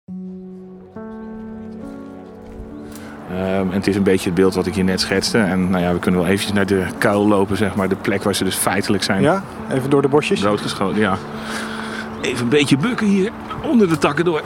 En het is een beetje het beeld wat ik je net schetste. En nou ja, we kunnen wel eventjes naar de kuil lopen, zeg maar. De plek waar ze dus feitelijk zijn. Ja, even door de bosjes. Doodgeschoten, ja. Even een beetje bukken hier, onder de takken door.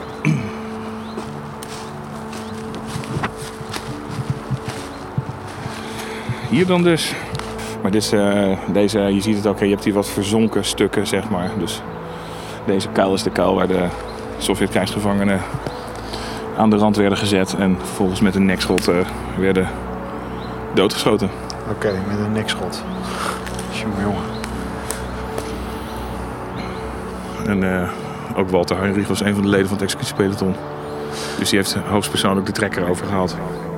Hier dan dus. Maar dit is, deze, je ziet het ook, je hebt hier wat verzonken stukken, zeg maar. Dus deze kuil is de kuil waar de Sovjet-krijgsgevangenen aan de rand werden gezet. En vervolgens met een nekschot werden doodgeschoten. Oké, met een nekschot. Jongen. En ook Walter Heinrich was een van de leden van het executiepeloton. Dus die heeft hoogstpersoonlijk de trekker overgehaald.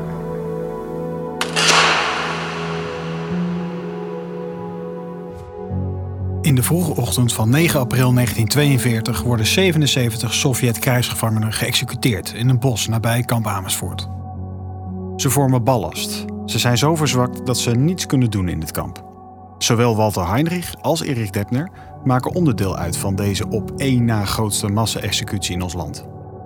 In de vroege ochtend van 9 april 1942 worden 77 Sovjet-krijgsgevangenen geëxecuteerd in een bos nabij kamp Amersfoort. Ze vormen ballast. Ze zijn zo verzwakt dat ze niets kunnen doen in dit kamp. Zowel Walter Heinrich als Erich Debner maken onderdeel uit van deze op één na grootste massa-executie in ons land.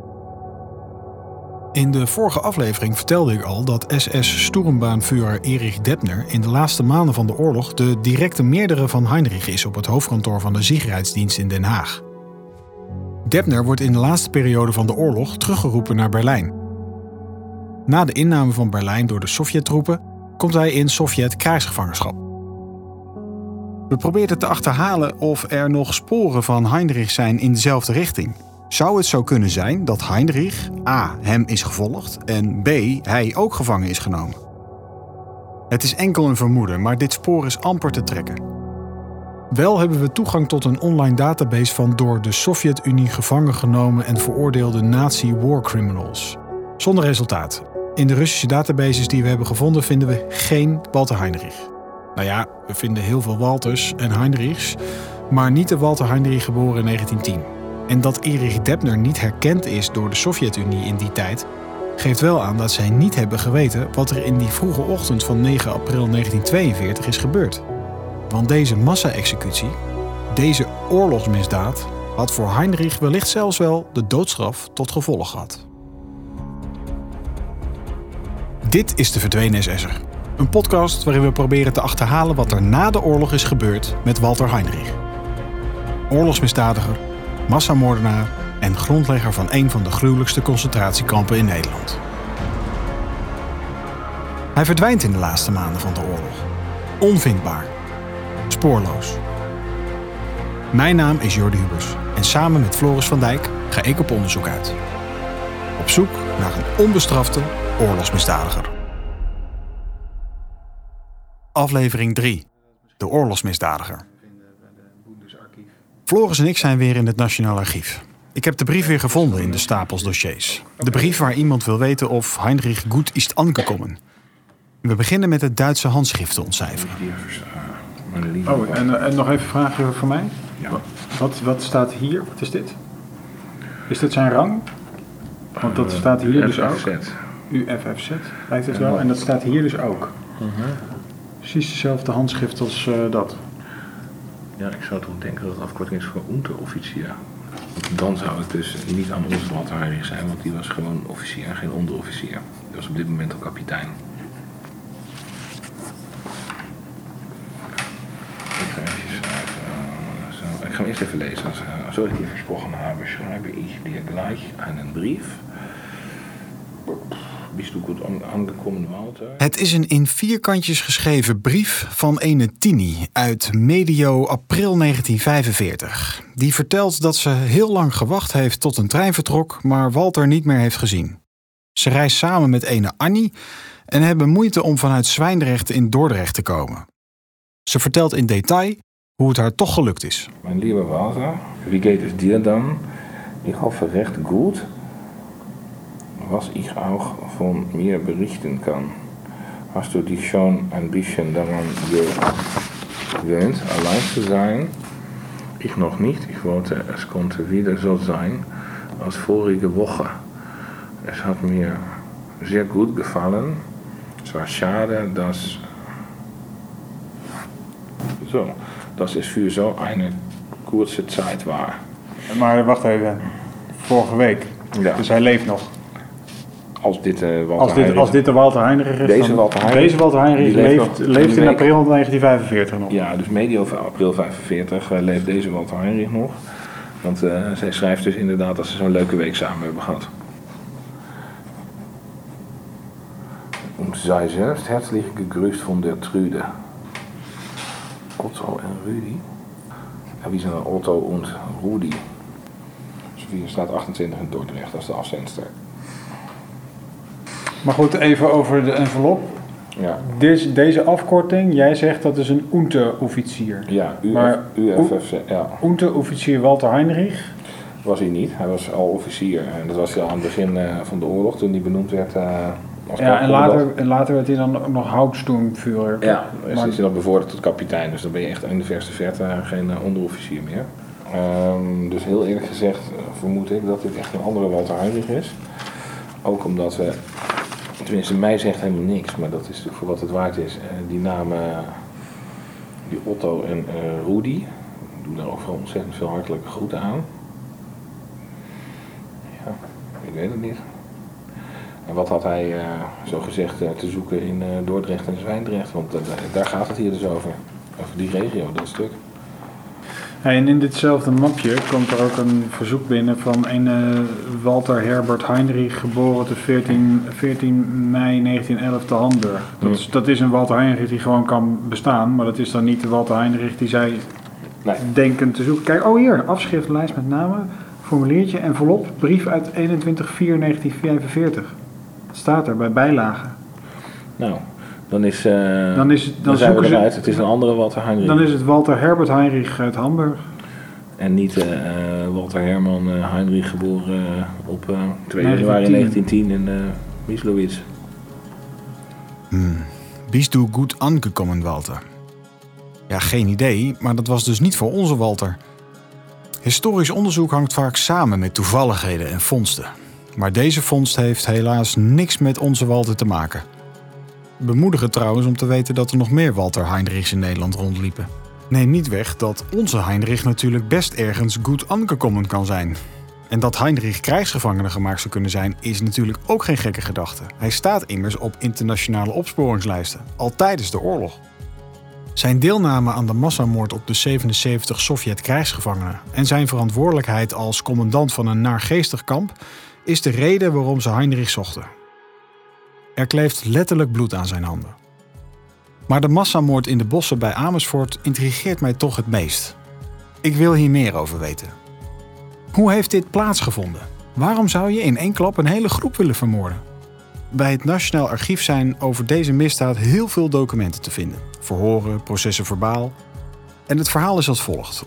In de vorige aflevering vertelde ik al dat SS-Sturmbannführer Erich Debner in de laatste maanden van de oorlog de directe meerdere van Heinrich is op het hoofdkantoor van de Sicherheidsdienst in Den Haag. Debner wordt in de laatste periode van de oorlog teruggeroepen naar Berlijn. Na de inname van Berlijn door de Sovjettroepen komt hij in Sovjet-krijgsgevangenschap. We probeerden te achterhalen of er nog sporen van Heinrich zijn in dezelfde richting. Zou het zo kunnen zijn dat Heinrich A. hem is gevolgd en B. hij ook gevangen is genomen? Het is enkel een vermoeden, maar dit spoor is amper te trekken. Wel hebben we toegang tot een online database van door de Sovjet-Unie gevangen genomen en veroordeelde nazi-war criminals. Zonder resultaat. In de Russische databases die we hebben gevonden vinden we geen Walter Heinrich. Nou ja, we vinden heel veel Walters en Heinrichs, maar niet de Walter Heinrich geboren in 1910. En dat Erich Debner niet herkend is door de Sovjet-Unie in die tijd, geeft wel aan dat zij niet hebben geweten wat er in die vroege ochtend van 9 april 1942 is gebeurd. Want deze massa-executie, deze oorlogsmisdaad, had voor Heinrich wellicht zelfs wel de doodstraf tot gevolg gehad. Dit is De Verdwenen SS'er. Een podcast waarin we proberen te achterhalen wat er na de oorlog is gebeurd met Walter Heinrich. Oorlogsmisdadiger, massamoordenaar en grondlegger van een van de gruwelijkste concentratiekampen in Nederland. Hij verdwijnt in de laatste maanden van de oorlog. Onvindbaar. Spoorloos. Mijn naam is Jordi Hubers en samen met Floris van Dijk ga ik op onderzoek uit. Op zoek naar een onbestrafte oorlogsmisdadiger. Aflevering 3. De oorlogsmisdadiger. Floris en ik zijn weer in het Nationaal Archief. Ik heb de brief weer gevonden in de stapels dossiers. De brief waar iemand wil weten of Heinrich goed is aangekomen. We beginnen met het Duitse handschrift te ontcijferen. Oh, en nog even een vraagje voor mij. Ja. Wat staat hier? Wat is dit? Is dit zijn rang? Want dat staat hier dus ook. UFFZ lijkt het wel. En dat staat hier dus ook. Precies dezelfde handschrift als dat. Ja, ik zou toch denken dat het afkorting is voor onderofficier. Dan zou het dus niet aan ons Walter Heinrich zijn, want die was gewoon officier en geen onderofficier. Die was op dit moment al kapitein. Ik ga hem eerst even lezen. Zo ik hier versprochen habe, schreibe ich dir gleich einen Brief. Bist du gut angekommen, Walter? Het is een in 4 kantjes geschreven brief van ene Tini uit medio april 1945. Die vertelt dat ze heel lang gewacht heeft tot een trein vertrok, maar Walter niet meer heeft gezien. Ze reist samen met ene Annie en hebben moeite om vanuit Zwijndrecht in Dordrecht te komen. Ze vertelt in detail hoe het haar toch gelukt is. Mijn lieve Walter, wie geht es dir dan? Ich hoffe recht gut. Was ich auch von mir berichten kann. Hast du dich schon ein bisschen daran gewöhnt, allein zu sein? Ich noch nicht. Ich wollte, es konnte wieder so sein als vorige Woche. Es hat mir sehr gut gefallen. Es war schade, dass... So, das ist für so eine kurze Zeit war. Maar wacht even. Vorige week. Ja. Dus hij leeft nog. Als dit de Walter Heinrich is. Deze Walter Heinrich leeft in april 1945 nog. Ja, dus medio april 45 leeft deze Walter Heinrich nog. Want zij schrijft dus inderdaad dat ze zo'n leuke week samen hebben gehad. Und sei selbst herzlich gegrüßt von der Trüde. Otto en Rudi. Ja, wie zijn dan Otto en Rudi? Sofie staat 28 in Dordrecht, dat is de afzendster. Maar goed, even over de envelop. Ja. Deze afkorting, jij zegt dat is een Unteroffizier. Ja, UFFC. Ja. Unteroffizier Walter Heinrich. Was hij niet, hij was al officier. En dat was hij al aan het begin van de oorlog, toen hij benoemd werd als en later werd hij dan ook nog Hauptsturmführer. Ja, dus is hij dan bevorderd tot kapitein. Dus dan ben je echt in de verste verte geen onderofficier meer. Dus heel eerlijk gezegd vermoed ik dat dit echt een andere Walter Heinrich is. Ook omdat we, tenminste mij zegt helemaal niks, maar dat is natuurlijk voor wat het waard is. Die namen, die Otto en Rudi, ik doe daar ook vooral ontzettend veel hartelijke groeten aan. Ja, ik weet het niet. En wat had hij zo gezegd te zoeken in Dordrecht en Zwijndrecht? Want daar gaat het hier dus over. Over die regio, dat stuk. En in ditzelfde mapje komt er ook een verzoek binnen van een Walter Herbert Heinrich, geboren te 14 mei 1911 te Hamburg. Dat is een Walter Heinrich die gewoon kan bestaan, maar dat is dan niet de Walter Heinrich die zij denken te zoeken. Kijk, hier, afschriftlijst met namen, formuliertje, envelop, brief uit 21/4/1945. Het staat er bij bijlagen. Nou, dan zijn we eruit. Het is een andere Walter Heinrich. Dan is het Walter Herbert Heinrich uit Hamburg. En niet Walter Hermann Heinrich, geboren op 2 januari 1910 in Wislowitz. Bist du gut angekommen, Walter? Ja, geen idee, maar dat was dus niet voor onze Walter. Historisch onderzoek hangt vaak samen met toevalligheden en vondsten. Maar deze vondst heeft helaas niks met onze Walter te maken. Bemoedigend trouwens om te weten dat er nog meer Walter Heinrichs in Nederland rondliepen. Neem niet weg dat onze Heinrich natuurlijk best ergens goed aangekomen kan zijn. En dat Heinrich krijgsgevangene gemaakt zou kunnen zijn, is natuurlijk ook geen gekke gedachte. Hij staat immers op internationale opsporingslijsten, al tijdens de oorlog. Zijn deelname aan de massamoord op de 77 Sovjet-krijgsgevangenen en zijn verantwoordelijkheid als commandant van een naargeestig kamp is de reden waarom ze Heinrich zochten. Er kleeft letterlijk bloed aan zijn handen. Maar de massamoord in de bossen bij Amersfoort intrigeert mij toch het meest. Ik wil hier meer over weten. Hoe heeft dit plaatsgevonden? Waarom zou je in één klap een hele groep willen vermoorden? Bij het Nationaal Archief zijn over deze misdaad heel veel documenten te vinden. Verhoren, processen verbaal. En het verhaal is als volgt.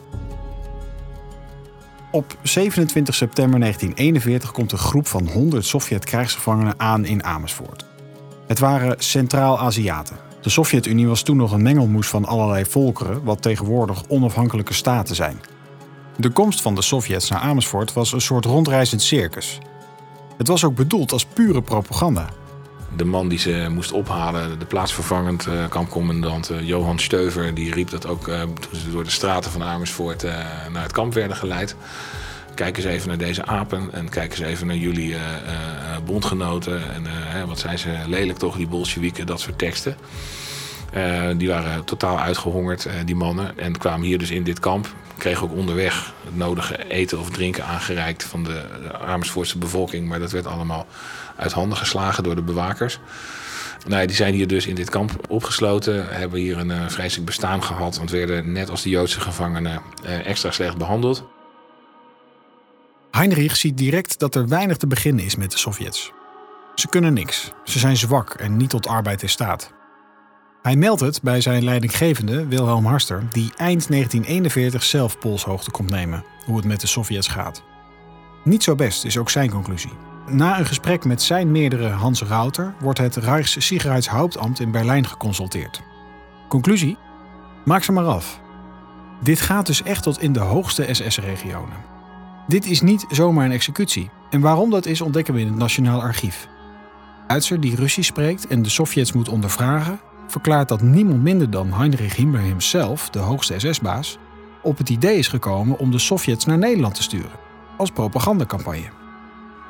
Op 27 september 1941 komt een groep van 100 Sovjet-krijgsgevangenen aan in Amersfoort. Het waren Centraal-Aziaten. De Sovjet-Unie was toen nog een mengelmoes van allerlei volkeren, wat tegenwoordig onafhankelijke staten zijn. De komst van de Sovjets naar Amersfoort was een soort rondreizend circus. Het was ook bedoeld als pure propaganda. De man die ze moest ophalen, de plaatsvervangend kampcommandant Johan Steuver, die riep dat ook toen ze door de straten van Amersfoort naar het kamp werden geleid. Kijk eens even naar deze apen en kijk eens even naar jullie bondgenoten. En wat zijn ze lelijk toch, die Bolsjewieken, dat soort teksten. Die waren totaal uitgehongerd, die mannen. En kwamen hier dus in dit kamp. Kregen ook onderweg het nodige eten of drinken aangereikt van de Amersfoortse bevolking. Maar dat werd allemaal uit handen geslagen door de bewakers. Die zijn hier dus in dit kamp opgesloten. Hebben hier een vreselijk bestaan gehad. Want werden net als de Joodse gevangenen extra slecht behandeld. Heinrich ziet direct dat er weinig te beginnen is met de Sovjets. Ze kunnen niks. Ze zijn zwak en niet tot arbeid in staat. Hij meldt het bij zijn leidinggevende, Wilhelm Harster, die eind 1941 zelf polshoogte komt nemen hoe het met de Sovjets gaat. Niet zo best is ook zijn conclusie. Na een gesprek met zijn meerdere Hans Rauter wordt het Reichssicherheitshauptamt in Berlijn geconsulteerd. Conclusie? Maak ze maar af. Dit gaat dus echt tot in de hoogste SS-regionen. Dit is niet zomaar een executie. En waarom dat is ontdekken we in het Nationaal Archief. De Duitser die Russisch spreekt en de Sovjets moet ondervragen, verklaart dat niemand minder dan Heinrich Himmler himself, de hoogste SS-baas, op het idee is gekomen om de Sovjets naar Nederland te sturen, als propagandacampagne.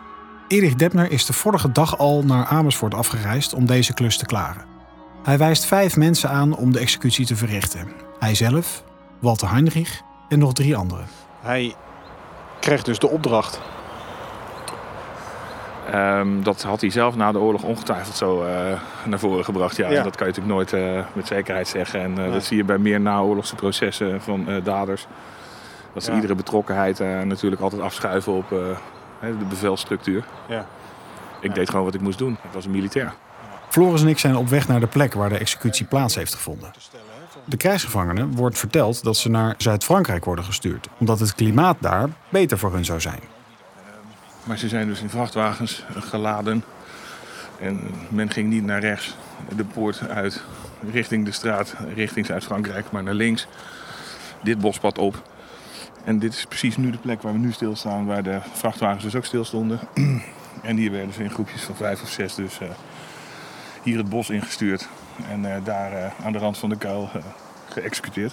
Erich Debner is de vorige dag al naar Amersfoort afgereisd om deze klus te klaren. Hij wijst 5 mensen aan om de executie te verrichten. Hijzelf, Walter Heinrich en nog 3 anderen. Hij kreeg dus de opdracht. Dat had hij zelf na de oorlog ongetwijfeld zo naar voren gebracht. Ja. Dat kan je natuurlijk nooit met zekerheid zeggen. En dat zie je bij meer naoorlogse processen van daders. Dat ze iedere betrokkenheid natuurlijk altijd afschuiven op de bevelstructuur. Ja. Ik deed gewoon wat ik moest doen. Ik was een militair. Floris en ik zijn op weg naar de plek waar de executie plaats heeft gevonden. De krijgsgevangenen wordt verteld dat ze naar Zuid-Frankrijk worden gestuurd, omdat het klimaat daar beter voor hun zou zijn. Maar ze zijn dus in vrachtwagens geladen. En men ging niet naar rechts de poort uit richting de straat, richting Zuid-Frankrijk, maar naar links. Dit bospad op. En dit is precies nu de plek waar we nu stilstaan, waar de vrachtwagens dus ook stilstonden. En die werden dus in groepjes van 5 of 6 dus hier het bos ingestuurd. En daar aan de rand van de kuil geëxecuteerd.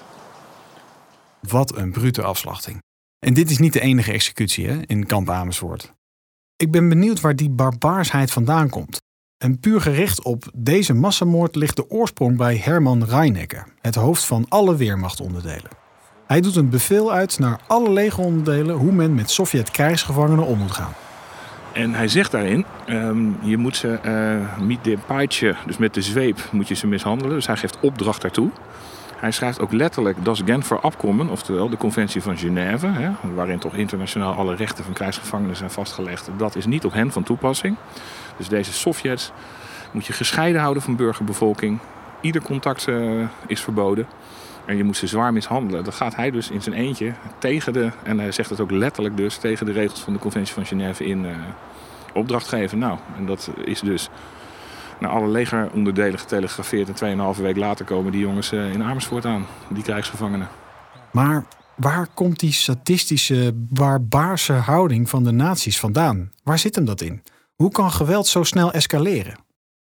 Wat een brute afslachting. En dit is niet de enige executie in kamp Amersfoort. Ik ben benieuwd waar die barbaarsheid vandaan komt. En puur gericht op deze massamoord ligt de oorsprong bij Hermann Reinecke, het hoofd van alle Wehrmachtonderdelen. Hij doet een bevel uit naar alle legeronderdelen hoe men met Sovjet-krijgsgevangenen om moet gaan. En hij zegt daarin, je moet ze met de peitsje, dus met de zweep, moet je ze mishandelen. Dus hij geeft opdracht daartoe. Hij schrijft ook letterlijk das Genfer Abkommen, oftewel de conventie van Genève, waarin toch internationaal alle rechten van krijgsgevangenen zijn vastgelegd. Dat is niet op hen van toepassing. Dus deze Sovjets moet je gescheiden houden van burgerbevolking. Ieder contact is verboden. En je moet ze zwaar mishandelen. Dat gaat hij dus in zijn eentje tegen en hij zegt het ook letterlijk dus, tegen de regels van de conventie van Genève in opdracht geven. Nou, en dat is dus naar alle legeronderdelen getelegrafeerd. En 2,5 week later komen die jongens in Amersfoort aan, die krijgsgevangenen. Maar waar komt die sadistische, barbaarse houding van de nazi's vandaan? Waar zit hem dat in? Hoe kan geweld zo snel escaleren?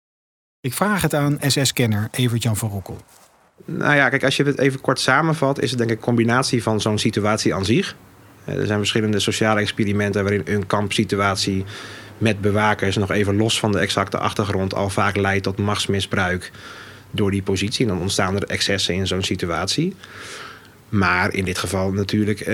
Ik vraag het aan SS-kenner Evert-Jan van Roekel. Nou ja, kijk, als je het even kort samenvat, is het denk ik een combinatie van zo'n situatie aan zich. Er zijn verschillende sociale experimenten waarin een kampsituatie met bewakers, nog even los van de exacte achtergrond, al vaak leidt tot machtsmisbruik door die positie. En dan ontstaan er excessen in zo'n situatie. Maar in dit geval natuurlijk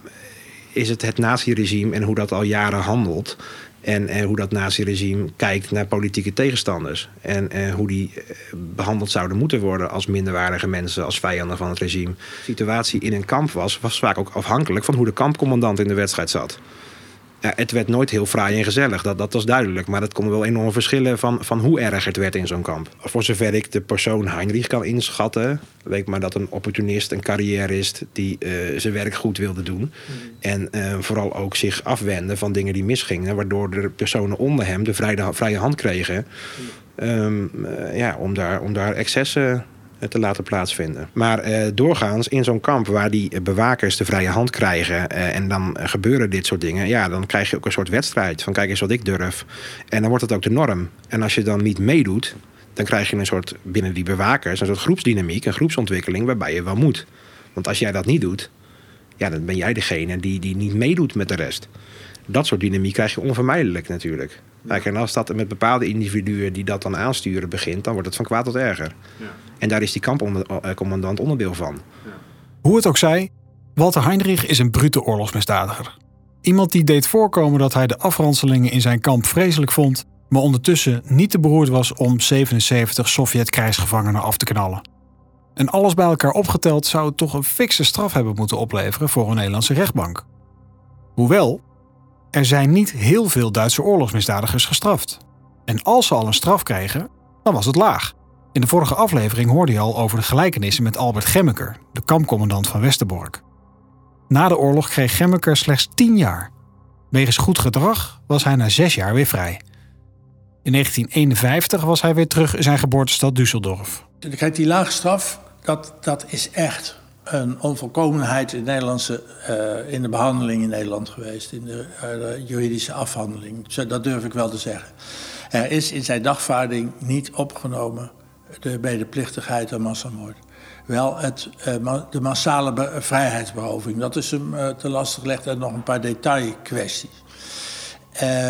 is het nazi-regime en hoe dat al jaren handelt. En hoe dat nazi-regime kijkt naar politieke tegenstanders. En hoe die behandeld zouden moeten worden als minderwaardige mensen, als vijanden van het regime. De situatie in een kamp was vaak ook afhankelijk van hoe de kampcommandant in de wedstrijd zat. Ja, het werd nooit heel fraai en gezellig, dat was duidelijk. Maar dat konden wel enorme verschillen van hoe erg het werd in zo'n kamp. Voor zover ik de persoon Heinrich kan inschatten, leek me dat een opportunist, een carrièrist die zijn werk goed wilde doen. En vooral ook zich afwenden van dingen die misgingen, waardoor de personen onder hem de vrije hand kregen om daar excessen te laten plaatsvinden. Maar doorgaans in zo'n kamp waar die bewakers de vrije hand krijgen en dan gebeuren dit soort dingen, ja, dan krijg je ook een soort wedstrijd van kijk eens wat ik durf. En dan wordt het ook de norm. En als je dan niet meedoet, dan krijg je een soort, binnen die bewakers, een soort groepsdynamiek, een groepsontwikkeling waarbij je wel moet. Want als jij dat niet doet, ja, dan ben jij degene die niet meedoet met de rest. Dat soort dynamiek krijg je onvermijdelijk natuurlijk. Kijk, en als dat met bepaalde individuen die dat dan aansturen begint, dan wordt het van kwaad tot erger. Ja. En daar is die kampcommandant onderdeel van. Ja. Hoe het ook zij, Walter Heinrich is een brute oorlogsmisdadiger. Iemand die deed voorkomen dat hij de afranselingen in zijn kamp vreselijk vond, maar ondertussen niet te beroerd was om 77 Sovjet-krijgsgevangenen af te knallen. En alles bij elkaar opgeteld zou het toch een fikse straf hebben moeten opleveren voor een Nederlandse rechtbank. Hoewel, er zijn niet heel veel Duitse oorlogsmisdadigers gestraft. En als ze al een straf kregen, dan was het laag. In de vorige aflevering hoorde je al over de gelijkenissen met Albert Gemmeker, de kampcommandant van Westerbork. Na de oorlog kreeg Gemmeker slechts 10 jaar. Wegens goed gedrag was hij na 6 jaar weer vrij. In 1951 was hij weer terug in zijn geboortestad Düsseldorf. Kijk, die lage straf, dat is echt een onvolkomenheid in de behandeling in Nederland geweest. In de juridische afhandeling. Dat durf ik wel te zeggen. Er is in zijn dagvaarding niet opgenomen de medeplichtigheid aan massamoord. Wel de massale vrijheidsberoving. Dat is hem te lastig gelegd en nog een paar detailkwesties.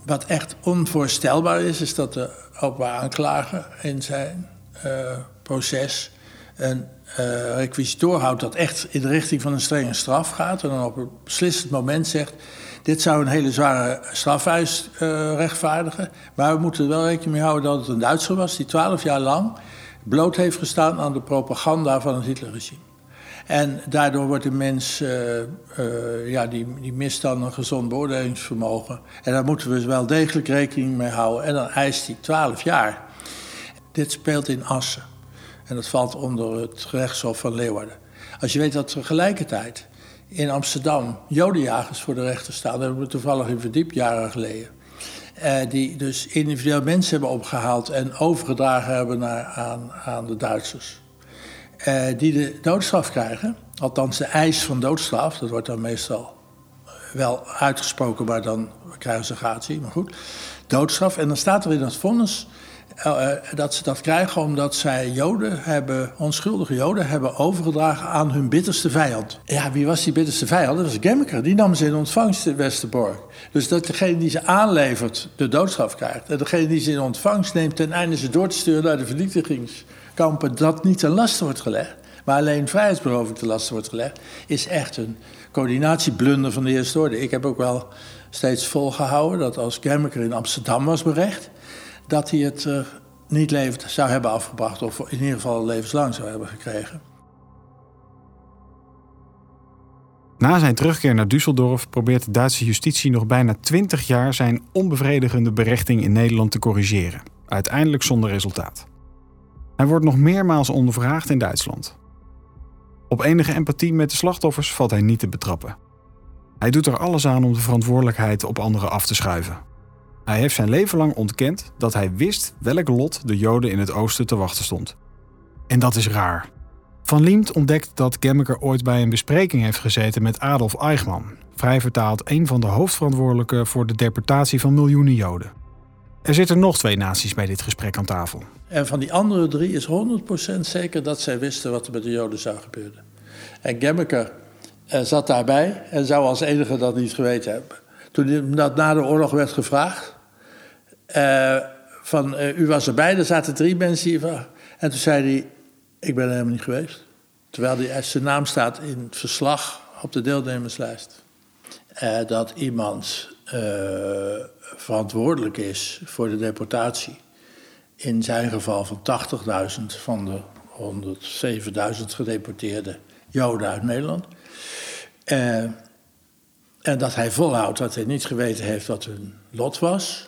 wat echt onvoorstelbaar is dat de openbaar aanklager in zijn proces een requisitor houdt dat echt in de richting van een strenge straf gaat. En dan op een beslissend moment zegt, dit zou een hele zware strafeis rechtvaardigen. Maar we moeten er wel rekening mee houden dat het een Duitser was die 12 jaar lang bloot heeft gestaan aan de propaganda van het Hitlerregime. En daardoor wordt de mens, die mist dan een gezond beoordelingsvermogen. En daar moeten we wel degelijk rekening mee houden. En dan eist hij 12 jaar. Dit speelt in Assen. En dat valt onder het gerechtshof van Leeuwarden. Als je weet dat tegelijkertijd in Amsterdam jodenjagers voor de rechter staan, daar hebben we toevallig in verdiept jaren geleden. Die dus individueel mensen hebben opgehaald en overgedragen hebben aan de Duitsers. Die de doodstraf krijgen, althans de eis van doodstraf, dat wordt dan meestal wel uitgesproken, maar dan krijgen ze gratie, maar goed, doodstraf. En dan staat er in het vonnis dat ze dat krijgen omdat zij onschuldige Joden hebben overgedragen aan hun bitterste vijand. Ja, wie was die bitterste vijand? Dat was Gemmeker. Die nam ze in ontvangst in Westerbork. Dus dat degene die ze aanlevert de doodstraf krijgt. En degene die ze in ontvangst neemt ten einde ze door te sturen naar de vernietigingskampen, dat niet ten laste wordt gelegd, maar alleen vrijheidsberoving ten laste wordt gelegd, is echt een coördinatieblunder van de eerste orde. Ik heb ook wel steeds volgehouden dat als Gemmeker in Amsterdam was berecht, dat hij het niet levend zou hebben afgebracht, of in ieder geval levenslang zou hebben gekregen. Na zijn terugkeer naar Düsseldorf probeert de Duitse justitie nog bijna 20 jaar zijn onbevredigende berechting in Nederland te corrigeren. Uiteindelijk zonder resultaat. Hij wordt nog meermaals ondervraagd in Duitsland. Op enige empathie met de slachtoffers valt hij niet te betrappen. Hij doet er alles aan om de verantwoordelijkheid op anderen af te schuiven. Hij heeft zijn leven lang ontkend dat hij wist welk lot de Joden in het oosten te wachten stond. En dat is raar. Van Liemt ontdekt dat Gemmeker ooit bij een bespreking heeft gezeten met Adolf Eichmann, vrij vertaald een van de hoofdverantwoordelijken voor de deportatie van miljoenen Joden. Er zitten nog 2 naties bij dit gesprek aan tafel. En van die andere 3 is 100% zeker dat zij wisten wat er met de Joden zou gebeuren. En Gemmeker zat daarbij en zou als enige dat niet geweten hebben. Toen dat na de oorlog werd gevraagd, u was erbij, er zaten 3 mensen hier. En toen zei hij, ik ben er helemaal niet geweest. Terwijl zijn naam staat in het verslag op de deelnemerslijst. Dat iemand verantwoordelijk is voor de deportatie. In zijn geval van 80.000 van de 107.000 gedeporteerde Joden uit Nederland. En dat hij volhoudt dat hij niet geweten heeft wat hun lot was.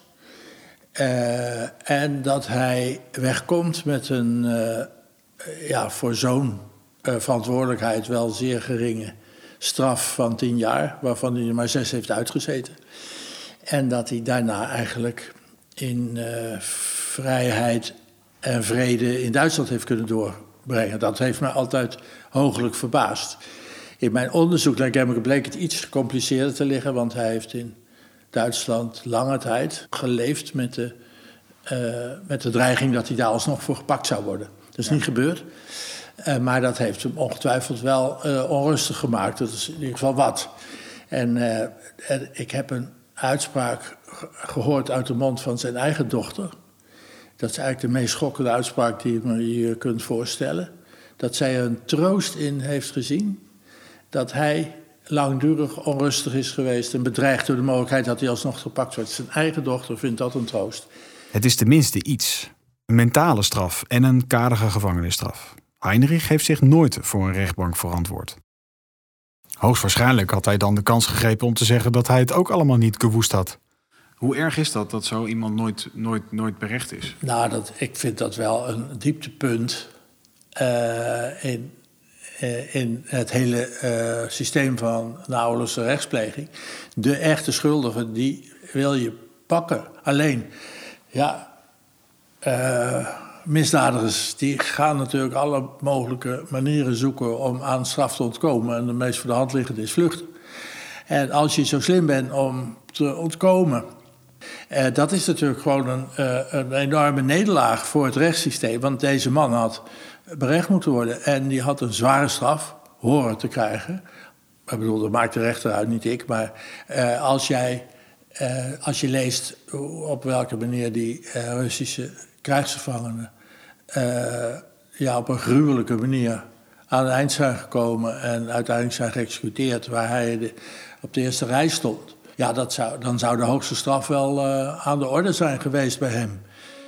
En dat hij wegkomt met een voor zo'n verantwoordelijkheid wel zeer geringe straf van 10 jaar, waarvan hij er maar 6 heeft uitgezeten. En dat hij daarna eigenlijk in vrijheid en vrede in Duitsland heeft kunnen doorbrengen. Dat heeft mij altijd hooglijk verbaasd. In mijn onderzoek naar Gemmeker bleek het iets gecompliceerder te liggen, want hij heeft in Duitsland lange tijd geleefd met de dreiging dat hij daar alsnog voor gepakt zou worden. Dat is niet gebeurd, maar dat heeft hem ongetwijfeld wel onrustig gemaakt. Dat is in ieder geval wat. En ik heb een uitspraak gehoord uit de mond van zijn eigen dochter. Dat is eigenlijk de meest schokkende uitspraak die je kunt voorstellen. Dat zij een troost in heeft gezien dat hij langdurig onrustig is geweest en bedreigd door de mogelijkheid dat hij alsnog gepakt wordt. Zijn eigen dochter vindt dat een troost. Het is tenminste iets. Een mentale straf en een kadige gevangenisstraf. Heinrich heeft zich nooit voor een rechtbank verantwoord. Hoogstwaarschijnlijk had hij dan de kans gegrepen om te zeggen dat hij het ook allemaal niet gewoest had. Hoe erg is dat zo iemand nooit berecht is? Nou, ik vind dat wel een dieptepunt in het hele systeem van naoorlogse rechtspleging. De echte schuldigen, die wil je pakken. Alleen, misdadigers die gaan natuurlijk alle mogelijke manieren zoeken om aan straf te ontkomen. En de meest voor de hand liggende is vluchten. En als je zo slim bent om te ontkomen, dat is natuurlijk gewoon een enorme nederlaag voor het rechtssysteem. Want deze man had berecht moeten worden en die had een zware straf horen te krijgen. Ik bedoel, dat maakt de rechter uit, niet ik. Maar als jij als je leest op welke manier die Russische krijgsgevangenen op een gruwelijke manier aan het eind zijn gekomen en uiteindelijk zijn geëxecuteerd waar hij op de eerste rij stond. Ja, dan zou de hoogste straf wel aan de orde zijn geweest bij hem.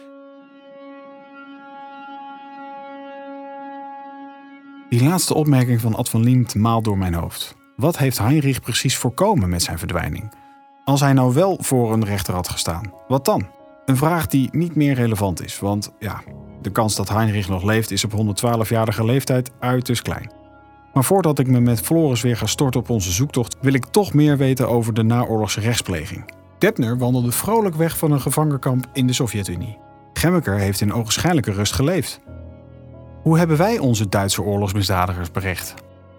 Die laatste opmerking van Ad van Liemt maalt door mijn hoofd. Wat heeft Heinrich precies voorkomen met zijn verdwijning? Als hij nou wel voor een rechter had gestaan, wat dan? Een vraag die niet meer relevant is, want de kans dat Heinrich nog leeft is op 112-jarige leeftijd uiterst klein. Maar voordat ik me met Floris weer ga storten op onze zoektocht, wil ik toch meer weten over de naoorlogse rechtspleging. Debner wandelde vrolijk weg van een gevangenkamp in de Sovjet-Unie. Gemmeker heeft in ogenschijnlijke rust geleefd. Hoe hebben wij onze Duitse oorlogsmisdadigers berecht?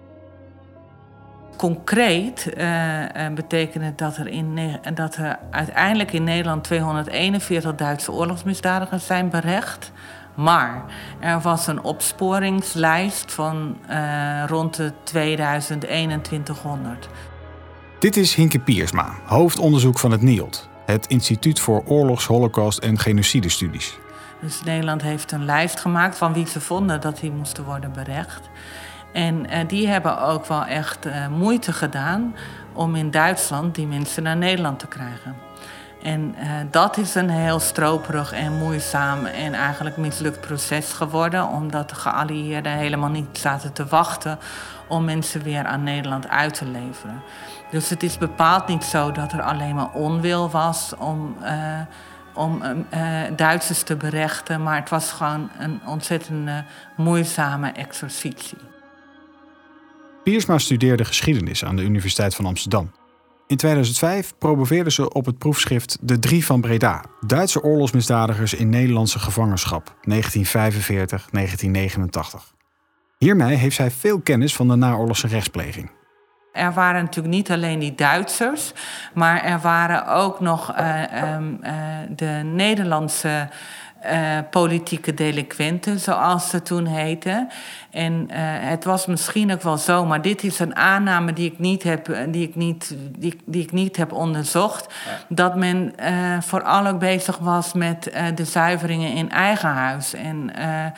Concreet betekent het dat er uiteindelijk in Nederland 241 Duitse oorlogsmisdadigers zijn berecht. Maar er was een opsporingslijst van rond de 2100. Dit is Hinke Piersma, hoofdonderzoek van het NIOD, het Instituut voor Oorlogs-, Holocaust- en Genocidestudies. Dus Nederland heeft een lijst gemaakt van wie ze vonden dat die moesten worden berecht. En die hebben ook wel echt moeite gedaan om in Duitsland die mensen naar Nederland te krijgen. En dat is een heel stroperig en moeizaam en eigenlijk mislukt proces geworden, omdat de geallieerden helemaal niet zaten te wachten om mensen weer aan Nederland uit te leveren. Dus het is bepaald niet zo dat er alleen maar onwil was om Duitsers te berechten, maar het was gewoon een ontzettend moeizame exercitie. Piersma studeerde geschiedenis aan de Universiteit van Amsterdam. In 2005 promoveerde ze op het proefschrift De Drie van Breda, Duitse oorlogsmisdadigers in Nederlandse gevangenschap, 1945-1989. Hiermee heeft zij veel kennis van de naoorlogse rechtspleging. Er waren natuurlijk niet alleen die Duitsers, maar er waren ook nog de Nederlandse politieke delinquenten, zoals ze toen heten. En het was misschien ook wel zo, maar dit is een aanname die ik niet heb onderzocht, dat men vooral ook bezig was met de zuiveringen in eigen huis. En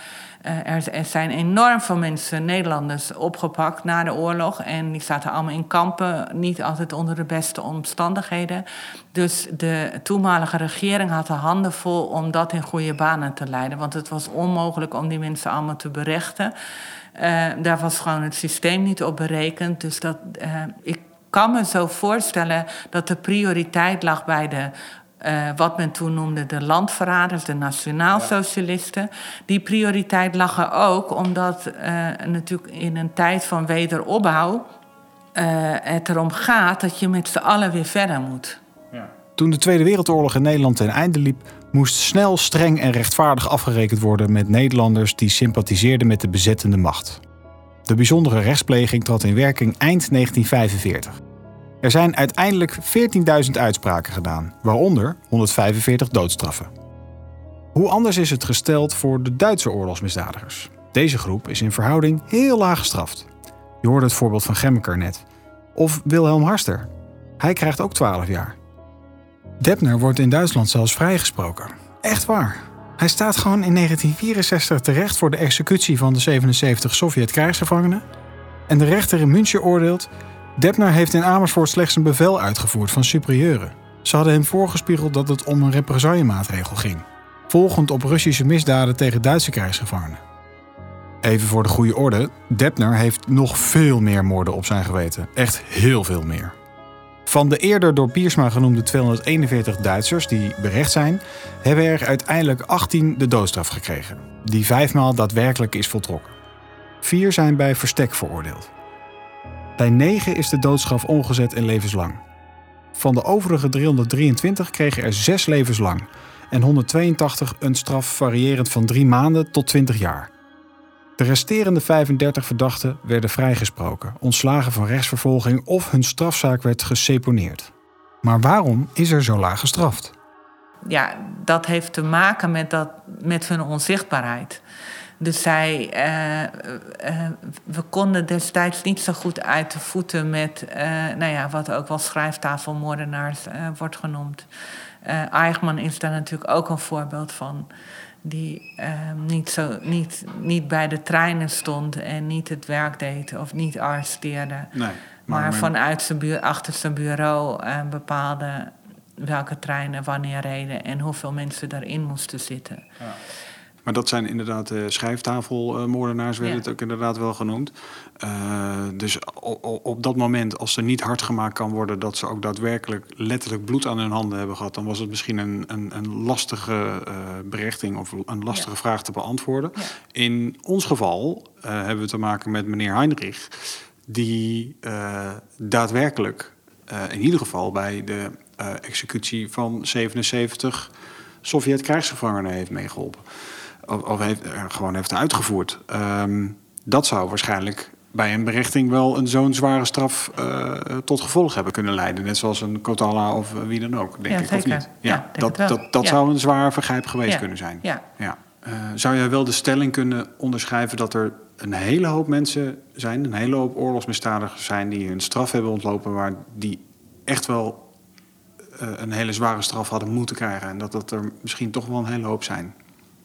er zijn enorm veel mensen, Nederlanders, opgepakt na de oorlog. En die zaten allemaal in kampen, niet altijd onder de beste omstandigheden. Dus de toenmalige regering had de handen vol om dat in goede banen te leiden. Want het was onmogelijk om die mensen allemaal te berechten. Daar was gewoon het systeem niet op berekend. Dus ik kan me zo voorstellen dat de prioriteit lag bij wat men toen noemde de landverraders, de nationaalsocialisten. Die prioriteit lag er ook omdat natuurlijk in een tijd van wederopbouw het erom gaat dat je met z'n allen weer verder moet. Ja. Toen de Tweede Wereldoorlog in Nederland ten einde liep, moest snel, streng en rechtvaardig afgerekend worden met Nederlanders die sympathiseerden met de bezettende macht. De bijzondere rechtspleging trad in werking eind 1945. Er zijn uiteindelijk 14.000 uitspraken gedaan, waaronder 145 doodstraffen. Hoe anders is het gesteld voor de Duitse oorlogsmisdadigers? Deze groep is in verhouding heel laag gestraft. Je hoorde het voorbeeld van Gemmeker net. Of Wilhelm Harster. Hij krijgt ook 12 jaar. Debner wordt in Duitsland zelfs vrijgesproken. Echt waar. Hij staat gewoon in 1964 terecht voor de executie van de 77 Sovjet-krijgsgevangenen. En de rechter in München oordeelt: Debner heeft in Amersfoort slechts een bevel uitgevoerd van superieuren. Ze hadden hem voorgespiegeld dat het om een represaillemaatregel ging, volgend op Russische misdaden tegen Duitse krijgsgevangenen. Even voor de goede orde, Debner heeft nog veel meer moorden op zijn geweten. Echt heel veel meer. Van de eerder door Piersma genoemde 241 Duitsers die berecht zijn, hebben er uiteindelijk 18 de doodstraf gekregen, die 5 maal daadwerkelijk is voltrokken. 4 zijn bij verstek veroordeeld. Bij 9 is de doodstraf ongezet en levenslang. Van de overige 323 kregen er 6 levenslang en 182 een straf variërend van 3 maanden tot 20 jaar. De resterende 35 verdachten werden vrijgesproken, ontslagen van rechtsvervolging of hun strafzaak werd geseponeerd. Maar waarom is er zo laag gestraft? Ja, dat heeft te maken met hun onzichtbaarheid. Dus we konden destijds niet zo goed uit de voeten met wat ook wel schrijftafelmoordenaars wordt genoemd. Eichmann is daar natuurlijk ook een voorbeeld van. Die niet bij de treinen stond en niet het werk deed of niet arresteerde. Nee, maar achter zijn bureau bepaalde welke treinen wanneer reden en hoeveel mensen daarin moesten zitten. Ja. Maar dat zijn inderdaad schrijftafelmoordenaars, werd het ook inderdaad wel genoemd. Dus op dat moment, als er niet hard gemaakt kan worden dat ze ook daadwerkelijk letterlijk bloed aan hun handen hebben gehad, dan was het misschien een lastige berechting of een lastige vraag te beantwoorden. Ja. In ons geval hebben we te maken met meneer Heinrich, die daadwerkelijk in ieder geval bij de executie van 77 Sovjet-krijgsgevangenen heeft meegeholpen. Of heeft uitgevoerd. Dat zou waarschijnlijk bij een berechting wel zo'n zware straf tot gevolg hebben kunnen leiden. Net zoals een Kotala of wie dan ook, denk ik, zeker. of niet? Ja, dat zou een zwaar vergrijp geweest kunnen zijn. Ja. Zou jij wel de stelling kunnen onderschrijven dat er een hele hoop mensen zijn, een hele hoop oorlogsmisdadigers zijn die hun straf hebben ontlopen, waar die echt wel een hele zware straf hadden moeten krijgen en dat er misschien toch wel een hele hoop zijn?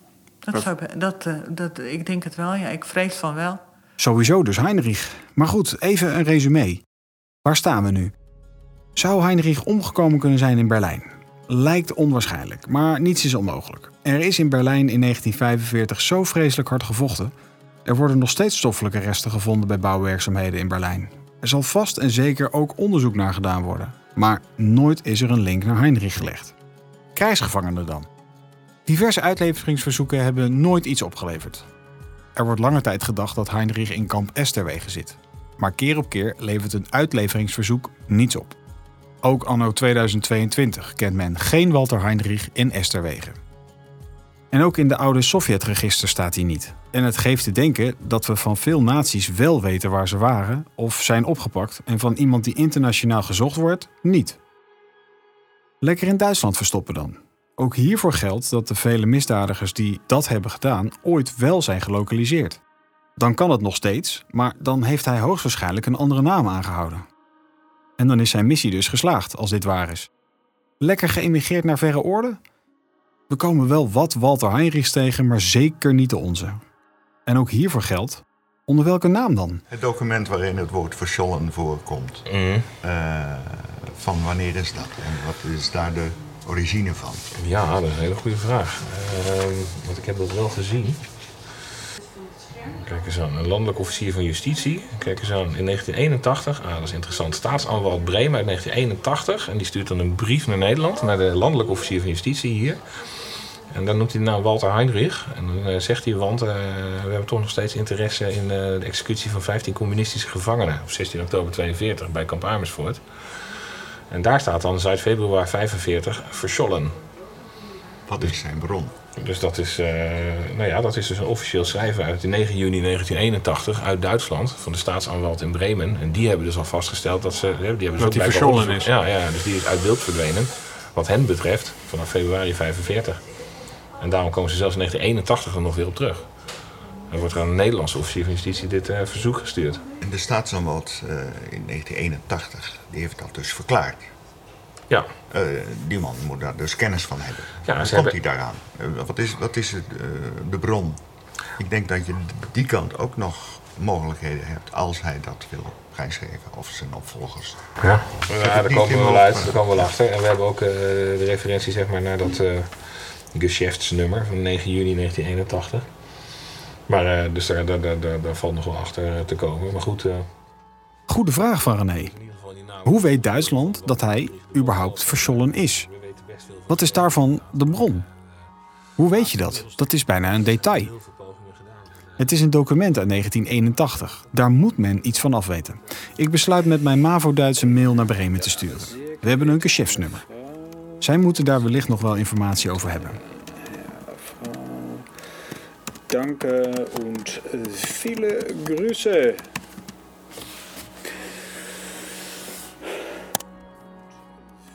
Ik denk het wel, ja. Ik vrees van wel. Sowieso dus Heinrich. Maar goed, even een resume. Waar staan we nu? Zou Heinrich omgekomen kunnen zijn in Berlijn? Lijkt onwaarschijnlijk, maar niets is onmogelijk. Er is in Berlijn in 1945 zo vreselijk hard gevochten. Er worden nog steeds stoffelijke resten gevonden bij bouwwerkzaamheden in Berlijn. Er zal vast en zeker ook onderzoek naar gedaan worden. Maar nooit is er een link naar Heinrich gelegd. Krijgsgevangenen dan? Diverse uitleveringsverzoeken hebben nooit iets opgeleverd. Er wordt lange tijd gedacht dat Heinrich in kamp Esterwege zit. Maar keer op keer levert een uitleveringsverzoek niets op. Ook anno 2022 kent men geen Walter Heinrich in Esterwege. En ook in de oude Sovjetregister staat hij niet. En het geeft te denken dat we van veel naties wel weten waar ze waren of zijn opgepakt en van iemand die internationaal gezocht wordt, niet. Lekker in Duitsland verstoppen dan. Ook hiervoor geldt dat de vele misdadigers die dat hebben gedaan ooit wel zijn gelokaliseerd. Dan kan het nog steeds, maar dan heeft hij hoogstwaarschijnlijk een andere naam aangehouden. En dan is zijn missie dus geslaagd, als dit waar is. Lekker geëmigreerd naar verre oorden? We komen wel wat Walter Heinrichs tegen, maar zeker niet de onze. En ook hiervoor geldt, onder welke naam dan? Het document waarin het woord verschollen voorkomt. Van wanneer is dat? En wat is daar de origine van? Ja, dat is een hele goede vraag. Want ik heb dat wel gezien. Kijk eens aan, een landelijk officier van justitie. Kijk eens aan, in 1981, dat is interessant, staatsanwalt Bremen uit 1981. En die stuurt dan een brief naar Nederland, naar de landelijk officier van justitie hier. En dan noemt hij de naam Walter Heinrich. En dan zegt hij, want we hebben toch nog steeds interesse in de executie van 15 communistische gevangenen op 16 oktober 42 bij kamp Amersfoort. En daar staat dan Zuid februari 45 verschollen. Wat is zijn bron? Dus dat is, dat is dus een officieel schrijven uit 9 juni 1981 uit Duitsland van de staatsanwalt in Bremen. En die hebben dus al vastgesteld dat ze... Dat die verschollen is. Ja, dus die is uit beeld verdwenen, wat hen betreft, vanaf februari 45. En daarom komen ze zelfs in 1981 er nog weer op terug. Dan wordt er aan een Nederlandse officier van justitie dit verzoek gestuurd. En de staatsanwalt in 1981, die heeft dat dus verklaard. Ja. Die man moet daar dus kennis van hebben. Ja, Hoe komt hij daaraan? Wat is de bron? Ik denk dat je die kant ook nog mogelijkheden hebt als hij dat wil prijsgeven of zijn opvolgers. Ja, daar komen we wel uit, daar komen we wel achter. En we hebben ook de referentie zeg maar, naar dat geschäftsnummer van 9 juni 1981. Maar dus daar valt nog wel achter te komen. Maar goed. Goede vraag van René. Hoe weet Duitsland dat hij überhaupt verschollen is? Wat is daarvan de bron? Hoe weet je dat? Dat is bijna een detail. Het is een document uit 1981. Daar moet men iets van afweten. Ik besluit met mijn MAVO-Duitse mail naar Bremen te sturen. We hebben een geschäftsnummer. Zij moeten daar wellicht nog wel informatie over hebben. Danke und viele Grüße.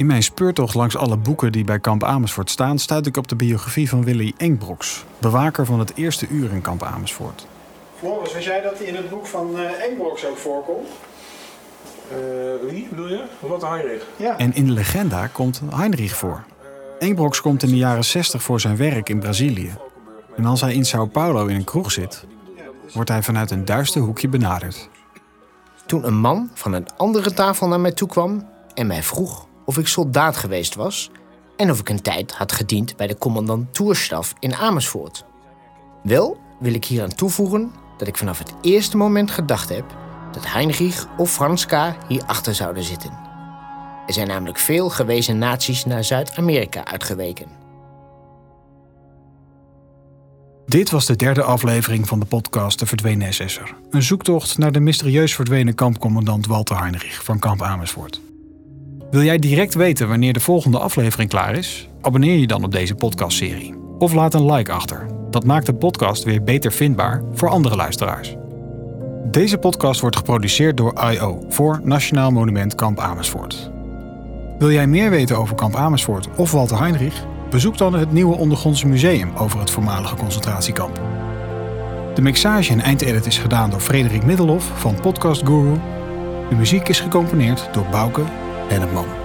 In mijn speurtocht langs alle boeken die bij kamp Amersfoort staan, stuit ik op de biografie van Willy Engbroeks, bewaker van het eerste uur in kamp Amersfoort. Floris, wist jij dat hij in het boek van Engbroeks ook voorkomt? Wie bedoel je? Wat Heinrich? Ja. En in de legenda komt Heinrich voor. Engbroeks komt in de jaren 60 voor zijn werk in Brazilië. En als hij in Sao Paulo in een kroeg zit, wordt hij vanuit een duister hoekje benaderd. Toen een man van een andere tafel naar mij toe kwam en mij vroeg of ik soldaat geweest was en of ik een tijd had gediend bij de commandantuurstaf in Amersfoort. Wel wil ik hier aan toevoegen dat ik vanaf het eerste moment gedacht heb dat Heinrich of Frans K. hierachter zouden zitten. Er zijn namelijk veel gewezen naties naar Zuid-Amerika uitgeweken. Dit was de 3e aflevering van de podcast De Verdwenen SS'er. Een zoektocht naar de mysterieus verdwenen kampcommandant Walter Heinrich van kamp Amersfoort. Wil jij direct weten wanneer de volgende aflevering klaar is? Abonneer je dan op deze podcastserie. Of laat een like achter. Dat maakt de podcast weer beter vindbaar voor andere luisteraars. Deze podcast wordt geproduceerd door I.O. voor Nationaal Monument Kamp Amersfoort. Wil jij meer weten over kamp Amersfoort of Walter Heinrich? Bezoek dan het nieuwe ondergrondse museum over het voormalige concentratiekamp. De mixage en eindedit is gedaan door Frederik Middelhoff van Podcast Guru. De muziek is gecomponeerd door Bouke Lennepman.